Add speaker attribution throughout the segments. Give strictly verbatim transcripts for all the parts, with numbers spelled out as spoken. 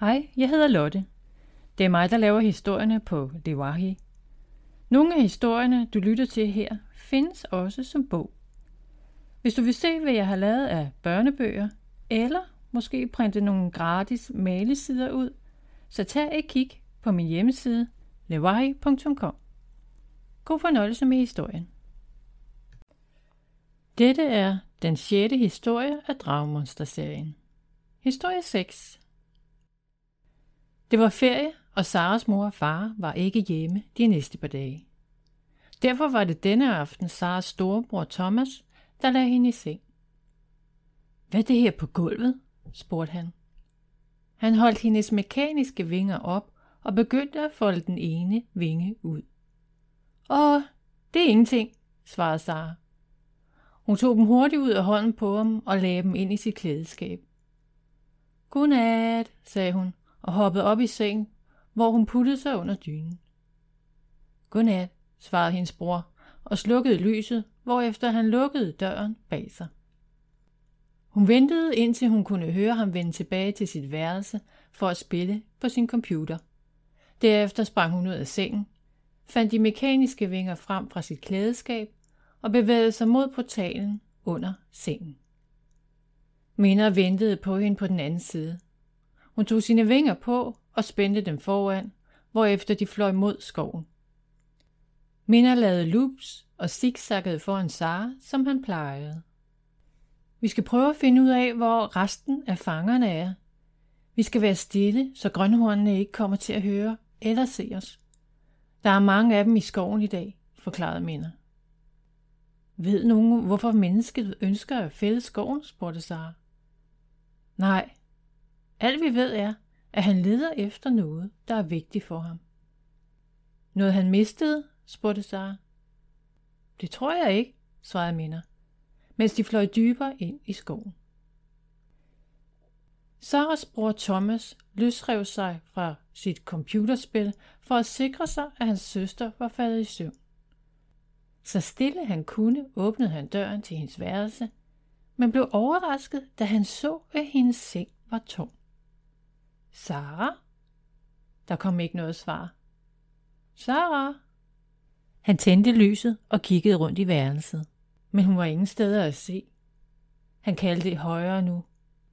Speaker 1: Hej, jeg hedder Lotte. Det er mig, der laver historierne på Lewahi. Nogle af historierne, du lytter til her, findes også som bog. Hvis du vil se, hvad jeg har lavet af børnebøger, eller måske printe nogle gratis malesider ud, så tag et kig på min hjemmeside lewahi punktum com. God fornøjelse med historien. Dette er den sjette historie af Dragemonster-serien. Historie seks. Det var ferie, og Saras mor og far var ikke hjemme de næste par dage. Derfor var det denne aften Saras storebror Thomas, der lagde hende i seng. Hvad er det her på gulvet? Spurgte han. Han holdt hendes mekaniske vinger op og begyndte at folde den ene vinge ud. Åh, det er ingenting, svarede Sara. Hun tog dem hurtigt ud af hånden på ham og lagde dem ind i sit klædeskab. Godnat, sagde hun og hoppede op i sengen, hvor hun puttede sig under dynen. Godnat, svarede hendes bror og slukkede lyset, hvorefter han lukkede døren bag sig. Hun ventede, indtil hun kunne høre ham vende tilbage til sit værelse for at spille på sin computer. Derefter sprang hun ud af sengen, fandt de mekaniske vinger frem fra sit klædeskab og bevægede sig mod portalen under sengen. Minna ventede på hende på den anden side. Hun tog sine vinger på og spændte dem foran, hvorefter de fløj mod skoven. Minna lavede loops og zigzaggede foran Sara, som han plejede. Vi skal prøve at finde ud af, hvor resten af fangerne er. Vi skal være stille, så grønhornene ikke kommer til at høre eller se os. Der er mange af dem i skoven i dag, forklarede Minna. Ved nogen, hvorfor mennesket ønsker at fælde skoven, spurgte Sara. Nej. Alt vi ved er, at han leder efter noget, der er vigtigt for ham. Noget han mistede, spurgte Sara. Det tror jeg ikke, svarede Minna, mens de fløj dybere ind i skoven. Saras bror Thomas løsrev sig fra sit computerspil for at sikre sig, at hans søster var faldet i søvn. Så stille han kunne, åbnede han døren til hendes værelse, men blev overrasket, da han så, at hendes seng var tom. Sara? Der kom ikke noget svar. Sara? Han tændte lyset og kiggede rundt i værelset, men hun var ingen steder at se. Han kaldte højere nu.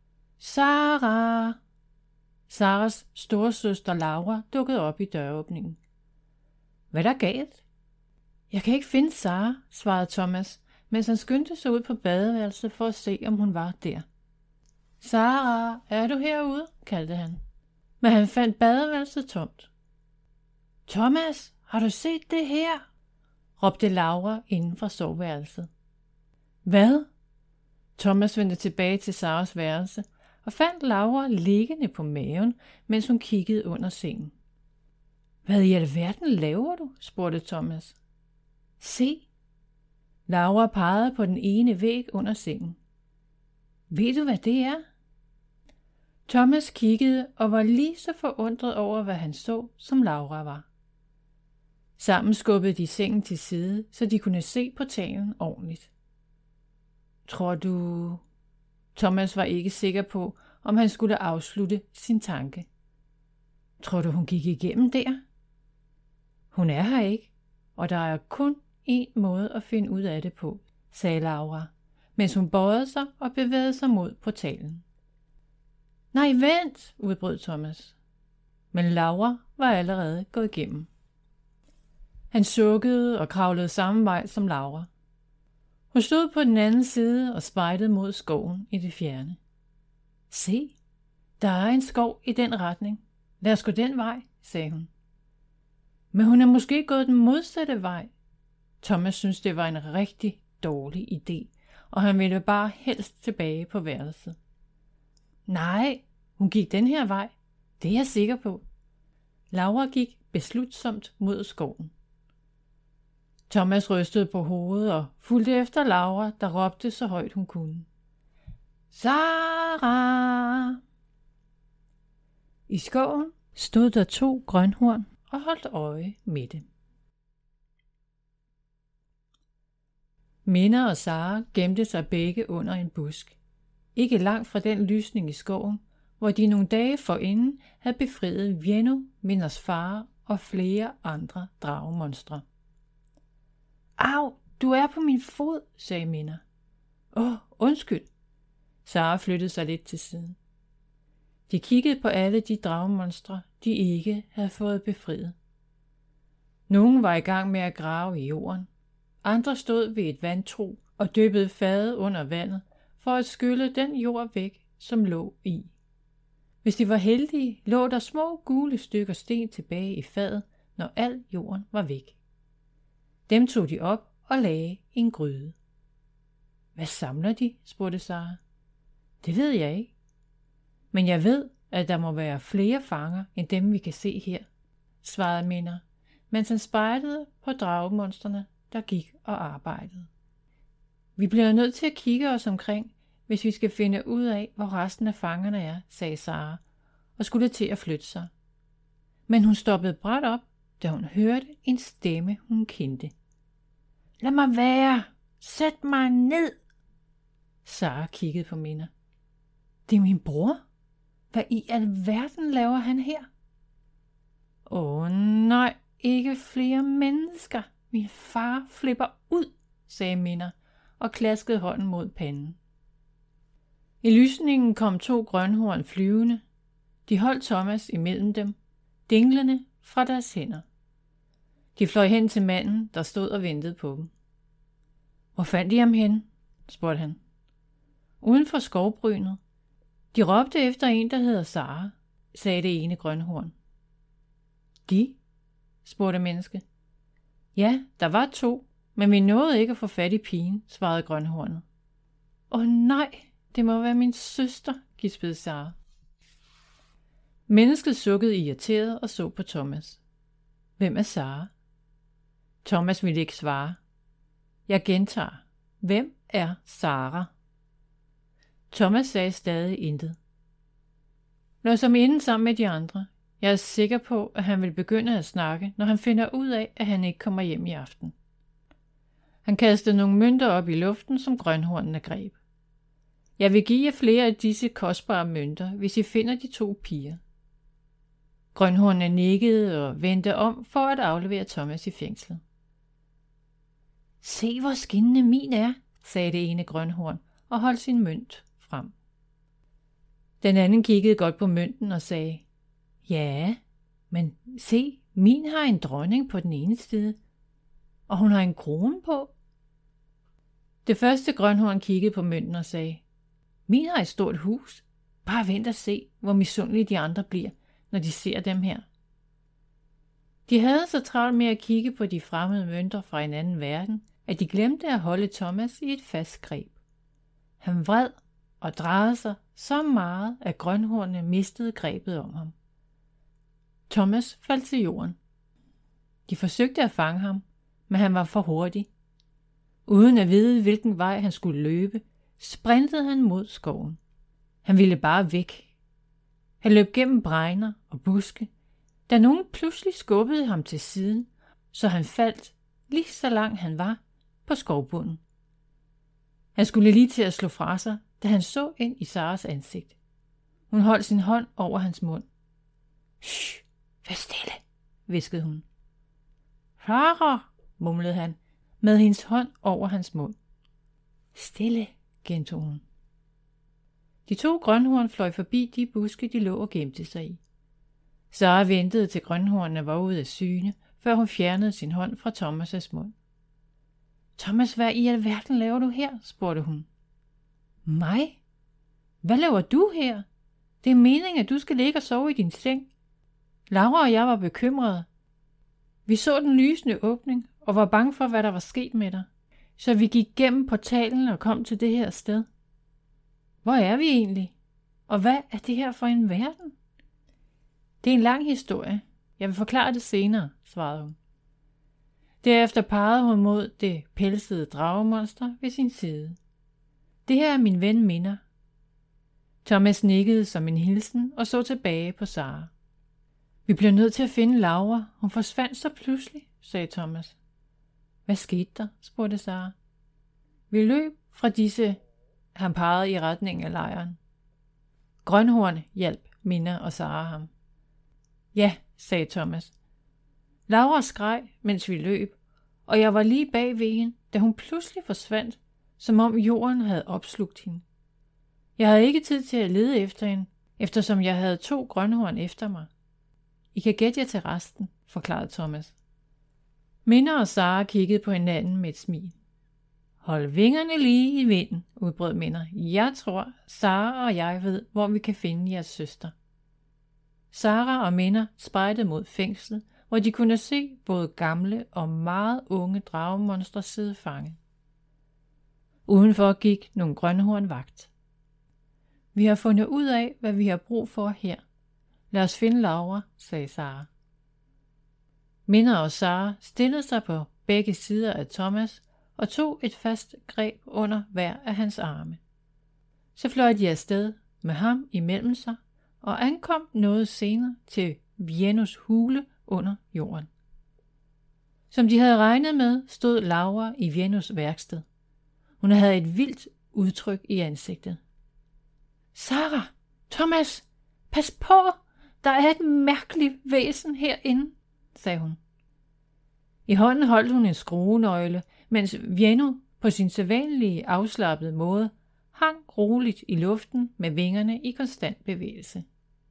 Speaker 1: Sara! Saras storesøster Laura dukkede op i døråbningen. Hvad er der galt? Jeg kan ikke finde Sara, svarede Thomas, mens han skyndte sig ud på badeværelset for at se, om hun var der. Sara, er du herude? Kaldte han. Men han fandt badeværelset tomt. Thomas, har du set det her? Råbte Laura inden fra soveværelset. Hvad? Thomas vendte tilbage til Saras værelse og fandt Laura liggende på maven, mens hun kiggede under sengen. Hvad i alverden laver du? Spurgte Thomas. Se. Laura pegede på den ene væg under sengen. Ved du, hvad det er? Thomas kiggede og var lige så forundret over, hvad han så, som Laura var. Sammen skubbede de sengen til side, så de kunne se portalen ordentligt. Tror du... Thomas var ikke sikker på, om han skulle afslutte sin tanke. Tror du, hun gik igennem der? Hun er her ikke, og der er kun én måde at finde ud af det på, sagde Laura, mens hun bøjede sig og bevægede sig mod portalen. Nej, vent, udbrød Thomas. Men Laura var allerede gået igennem. Han sukkede og kravlede samme vej som Laura. Hun stod på den anden side og spejdede mod skoven i det fjerne. Se, der er en skov i den retning. Lad os gå den vej, sagde hun. Men hun er måske gået den modsatte vej. Thomas syntes, det var en rigtig dårlig idé, og han ville bare helst tilbage på værelset. Nej, hun gik den her vej. Det er jeg sikker på. Laura gik beslutsomt mod skoven. Thomas rystede på hovedet og fulgte efter Laura, der råbte så højt hun kunne. Sara! I skoven stod der to grønhorn og holdt øje med det. Minna og Sara gemte sig begge under en busk. Ikke langt fra den lysning i skoven, hvor de nogle dage forinden havde befriet Vienno, Minners far og flere andre dragemonstre. Au, du er på min fod, sagde Minna. Åh, undskyld. Sara flyttede sig lidt til siden. De kiggede på alle de dragemonstre, de ikke havde fået befriet. Nogle var i gang med at grave i jorden. Andre stod ved et vandtrug og dyppede fadet under vandet for at skylle den jord væk, som lå i. Hvis de var heldige, lå der små gule stykker sten tilbage i fadet, når al jorden var væk. Dem tog de op og lagde i en gryde. Hvad samler de? Spurgte Sara. Det ved jeg ikke. Men jeg ved, at der må være flere fanger end dem, vi kan se her, svarede Minna, mens han spejdede på dragemonstrene, der gik og arbejdede. Vi bliver nødt til at kigge os omkring, hvis vi skal finde ud af, hvor resten af fangerne er, sagde Sara, og skulle til at flytte sig. Men hun stoppede brat op, da hun hørte en stemme, hun kendte. Lad mig være! Sæt mig ned! Sara kiggede på Minna. Det er min bror. Hvad i alverden laver han her? Åh nej, ikke flere mennesker. Min far flipper ud, sagde Minna og klaskede hånden mod panden. I lysningen kom to grønhorn flyvende. De holdt Thomas imellem dem, dinglende fra deres hænder. De fløj hen til manden, der stod og ventede på dem. Hvor fandt I ham hen? Spurgte han. Uden for skovbrynet. De råbte efter en, der hedder Sara, sagde det ene grønhorn. De? Spurgte mennesket. Ja, der var to, men vi nåede ikke at få fat i pigen, svarede grønhornet. Åh nej, det må være min søster, gispede Sara. Mennesket sukkede irriteret og så på Thomas. Hvem er Sara? Thomas ville ikke svare. Jeg gentager. Hvem er Sara? Thomas sagde stadig intet. Lås ham inde sammen med de andre. Jeg er sikker på, at han vil begynde at snakke, når han finder ud af, at han ikke kommer hjem i aften. Han kastede nogle mønter op i luften, som grønhornene greb. Jeg vil give jer flere af disse kostbare mønter, hvis I finder de to piger. Grønhornene nikkede og vendte om for at aflevere Thomas i fængslet. Se, hvor skinnende min er, sagde det ene grønhorn og holdt sin mønt frem. Den anden kiggede godt på mønten og sagde, ja, men se, min har en dronning på den ene side, og hun har en krone på. Det første grønhorn kiggede på mønten og sagde, min har et stort hus. Bare vent og se, hvor misundelige de andre bliver, når de ser dem her. De havde så travlt med at kigge på de fremmede mønter fra en anden verden, at de glemte at holde Thomas i et fast greb. Han vred og drejede sig så meget, at grønhornene mistede grebet om ham. Thomas faldt til jorden. De forsøgte at fange ham, men han var for hurtig. Uden at vide, hvilken vej han skulle løbe, sprintede han mod skoven. Han ville bare væk. Han løb gennem bregner og buske, da nogen pludselig skubbede ham til siden, så han faldt, lige så langt han var, på skovbunden. Han skulle lige til at slå fra sig, da han så ind i Saras ansigt. Hun holdt sin hånd over hans mund. Shh, vær stille, hviskede hun. Sara, mumlede han, med hendes hånd over hans mund. Stille, gentog hun. De to grønhorn fløj forbi de buske, de lå og gemte sig i. Sara ventede til grønhornene var ude af syne, før hun fjernede sin hånd fra Thomas' mund. Thomas, hvad i alverden laver du her? Spurgte hun. Mig? Hvad laver du her? Det er meningen, at du skal ligge og sove i din seng. Laura og jeg var bekymrede. Vi så den lysende åbning og var bange for, hvad der var sket med dig. Så vi gik gennem portalen og kom til det her sted. Hvor er vi egentlig? Og hvad er det her for en verden? Det er en lang historie. Jeg vil forklare det senere, svarede hun. Derefter pegede hun mod det pelsede dragemonster ved sin side. Det her er min ven Minna. Thomas nikkede som en hilsen og så tilbage på Sara. Vi bliver nødt til at finde Laura. Hun forsvandt så pludselig, sagde Thomas. Hvad skete der? Spurgte Sara. Vi løb fra disse, han pegede i retning af lejren. Grønhorn hjalp Minna og Sara ham. Ja, sagde Thomas. Laura skreg, mens vi løb, og jeg var lige bag ved hende, da hun pludselig forsvandt, som om jorden havde opslugt hende. Jeg havde ikke tid til at lede efter hende, eftersom jeg havde to grønhorn efter mig. I kan gætte jer til resten, forklarede Thomas. Minna og Sara kiggede på hinanden med et smil. Hold vingerne lige i vinden, udbrød Minna. Jeg tror, Sara og jeg ved, hvor vi kan finde jeres søster. Sara og Minna spejdede mod fængslet, hvor de kunne se både gamle og meget unge dragemonstre sidde fanget. Udenfor gik nogle grønhorn vagt. Vi har fundet ud af, hvad vi har brug for her. Lad os finde Laura, sagde Sara. Minna og Sara stillede sig på begge sider af Thomas og tog et fast greb under hver af hans arme. Så fløj de afsted med ham imellem sig og ankom noget senere til Vienos hule under jorden. Som de havde regnet med, stod Laura i Vienos værksted. Hun havde et vildt udtryk i ansigtet. Sara, Thomas, pas på, der er et mærkeligt væsen herinde, sagde hun. I hånden holdt hun en skruenøgle, mens Vieno på sin sædvanlige afslappede måde hang roligt i luften med vingerne i konstant bevægelse.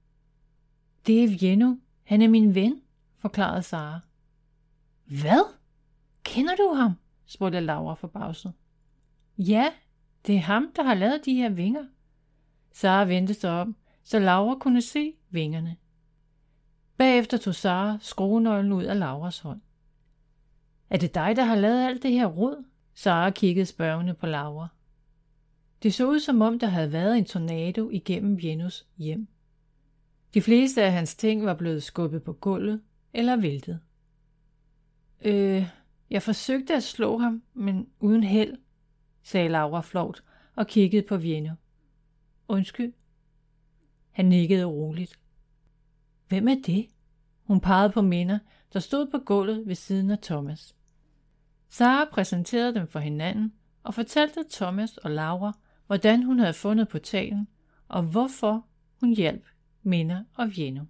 Speaker 1: Det er Vieno, han er min ven, forklarede Sara. Hvad? Kender du ham? spurgte Laura forbavset. Ja, det er ham, der har lavet de her vinger. Sara vendte sig om, så Laura kunne se vingerne. Bagefter tog Sara skruenøglen ud af Lauras hånd. Er det dig, der har lavet alt det her rod? Sara kiggede spørgende på Laura. Det så ud som om, der havde været en tornado igennem Vienos hjem. De fleste af hans ting var blevet skubbet på gulvet eller væltet. Øh, jeg forsøgte at slå ham, men uden held, sagde Laura flovt og kiggede på Vieno. Undskyld. Han nikkede roligt. Hvem er det? Hun pegede på Minna, der stod på gulvet ved siden af Thomas. Sara præsenterede dem for hinanden og fortalte Thomas og Laura, hvordan hun havde fundet portalen og hvorfor hun hjalp Minna og Vieno.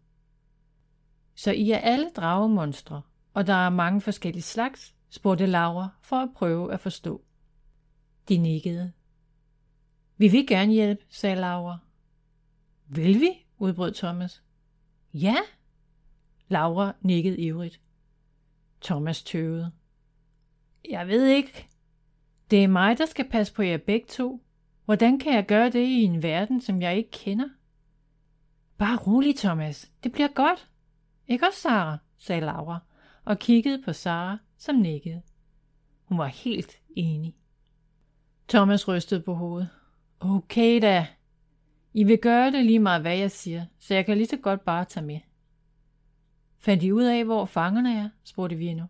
Speaker 1: Så I er alle dragemonstre, og der er mange forskellige slags, spurgte Laura for at prøve at forstå. De nikkede. Vi vil gerne hjælpe, sagde Laura. Vil vi? Udbrød Thomas. Ja, Laura nikkede ivrigt. Thomas tøvede. Jeg ved ikke. Det er mig, der skal passe på jer begge to. Hvordan kan jeg gøre det i en verden, som jeg ikke kender? Bare rolig, Thomas. Det bliver godt. Ikke også, Sara? Sagde Laura og kiggede på Sara, som nikkede. Hun var helt enig. Thomas rystede på hovedet. Okay da. I vil gøre det lige meget, hvad jeg siger, så jeg kan lige så godt bare tage med. Fandt I ud af, hvor fangerne er? Spurgte Vieno.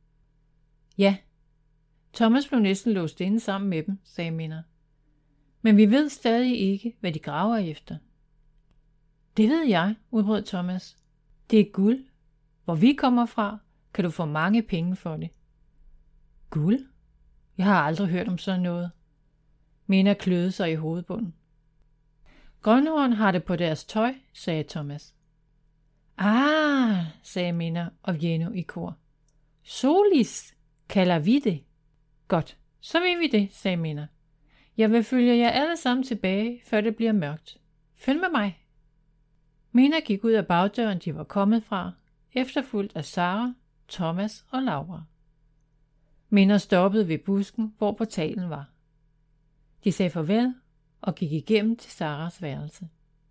Speaker 1: Ja. Thomas blev næsten låst inde sammen med dem, sagde Minna. Men vi ved stadig ikke, hvad de graver efter. Det ved jeg, udbrød Thomas. Det er guld. Hvor vi kommer fra, kan du få mange penge for det. Guld? Jeg har aldrig hørt om sådan noget. Minna kløede sig i hovedbunden. Grønhorn har det på deres tøj, sagde Thomas. Ah, sagde Minna og Vieno i kor. Solis, kalder vi det. Godt, så vil vi det, sagde Minna. Jeg vil følge jer alle sammen tilbage, før det bliver mørkt. Følg med mig. Minna gik ud af bagdøren, de var kommet fra, efterfulgt af Sara, Thomas og Laura. Minna stoppede ved busken, hvor portalen var. De sagde farvel og gik igennem til Saras værelse.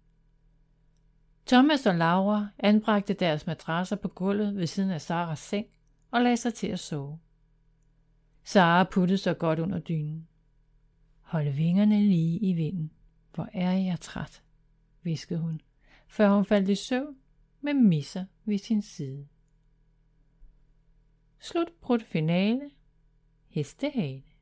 Speaker 1: Thomas og Laura anbragte deres madrasser på gulvet ved siden af Saras seng og lagde sig til at sove. Sara puttede sig godt under dynen. Hold vingerne lige i vinden. Hvor er jeg træt, hviskede hun, før hun faldt i søvn med Missa ved sin side. Slut på finale. Hestehale.